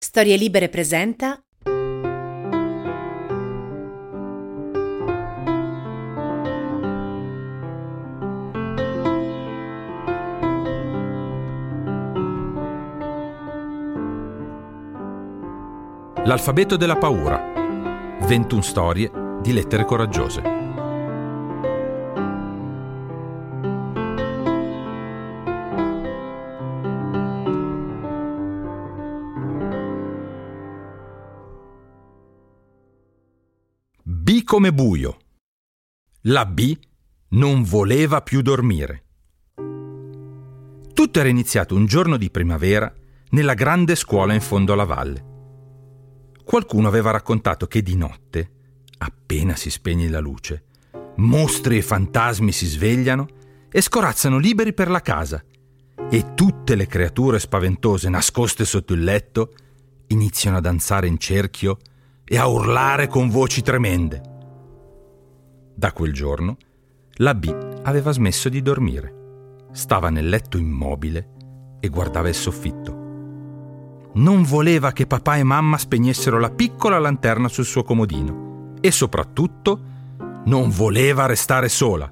Storie Libere presenta L'alfabeto della paura. 21 storie di lettere coraggiose. B come buio. La B non voleva più dormire. Tutto era iniziato un giorno di primavera nella grande scuola in fondo alla valle. Qualcuno aveva raccontato che di notte, appena si spegne la luce, mostri e fantasmi si svegliano e scorazzano liberi per la casa e tutte le creature spaventose nascoste sotto il letto iniziano a danzare in cerchio e a urlare con voci tremende. Da quel giorno la B aveva smesso di dormire. Stava nel letto immobile e guardava il soffitto. Non voleva che papà e mamma spegnessero la piccola lanterna sul suo comodino e soprattutto non voleva restare sola.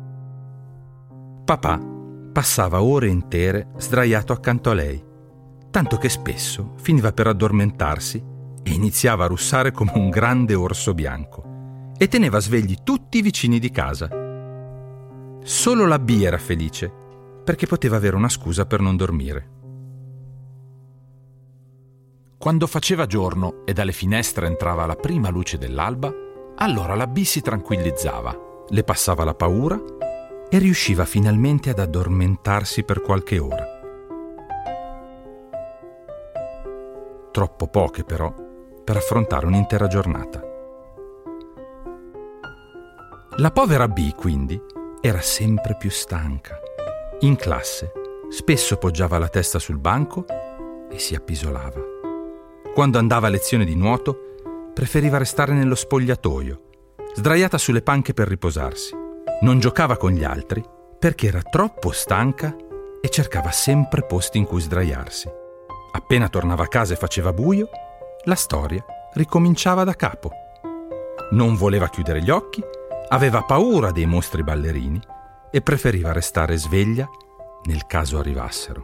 Papà passava ore intere sdraiato accanto a lei, tanto che spesso finiva per addormentarsi e iniziava a russare come un grande orso bianco e teneva svegli tutti i vicini di casa. Solo la B era felice perché poteva avere una scusa per non dormire. Quando faceva giorno e dalle finestre entrava la prima luce dell'alba, allora la B si tranquillizzava, le passava la paura e riusciva finalmente ad addormentarsi per qualche ora. Troppo poche però per affrontare un'intera giornata. La povera B, quindi, era sempre più stanca. In classe spesso poggiava la testa sul banco e si appisolava. Quando andava a lezione di nuoto, preferiva restare nello spogliatoio, sdraiata sulle panche per riposarsi. Non giocava con gli altri perché era troppo stanca e cercava sempre posti in cui sdraiarsi. Appena tornava a casa e faceva buio, la storia ricominciava da capo. Non voleva chiudere gli occhi, aveva paura dei mostri ballerini e preferiva restare sveglia nel caso arrivassero.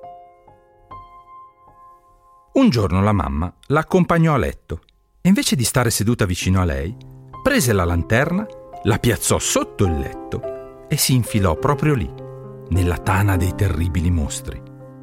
Un giorno la mamma la accompagnò a letto e invece di stare seduta vicino a lei, prese la lanterna, la piazzò sotto il letto e si infilò proprio lì, nella tana dei terribili mostri.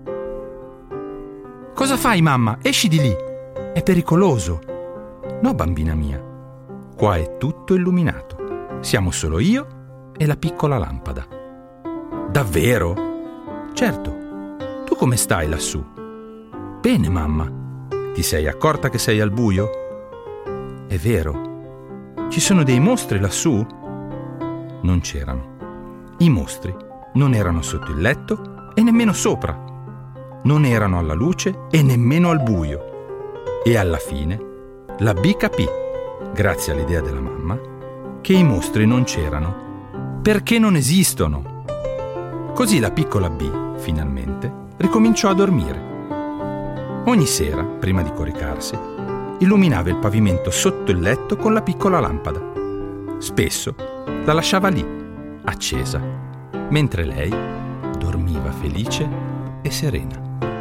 «Cosa fai, mamma? Esci di lì! È pericoloso!» «No, bambina mia, qua è tutto illuminato. Siamo solo io e la piccola lampada». «Davvero?» «Certo. Tu come stai lassù?» «Bene, mamma. Ti sei accorta che sei al buio?» «È vero. Ci sono dei mostri lassù?» Non c'erano. I mostri non erano sotto il letto e nemmeno sopra. Non erano alla luce e nemmeno al buio. E alla fine la B capì, grazie all'idea della mamma, che i mostri non c'erano perché non esistono. Così la piccola B, finalmente, ricominciò a dormire. Ogni sera, prima di coricarsi, illuminava il pavimento sotto il letto con la piccola lampada. Spesso la lasciava lì, accesa, mentre lei dormiva felice e serena.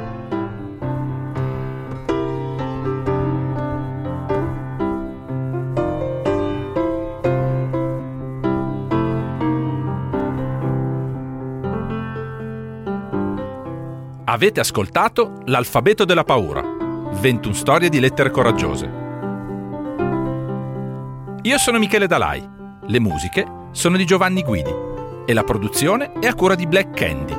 Avete ascoltato L'alfabeto della paura, 21 storie di lettere coraggiose. Io sono Michele Dalai, le musiche sono di Giovanni Guidi e la produzione è a cura di Black Candy.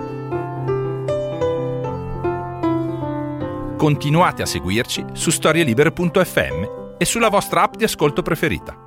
Continuate a seguirci su storielibere.fm e sulla vostra app di ascolto preferita.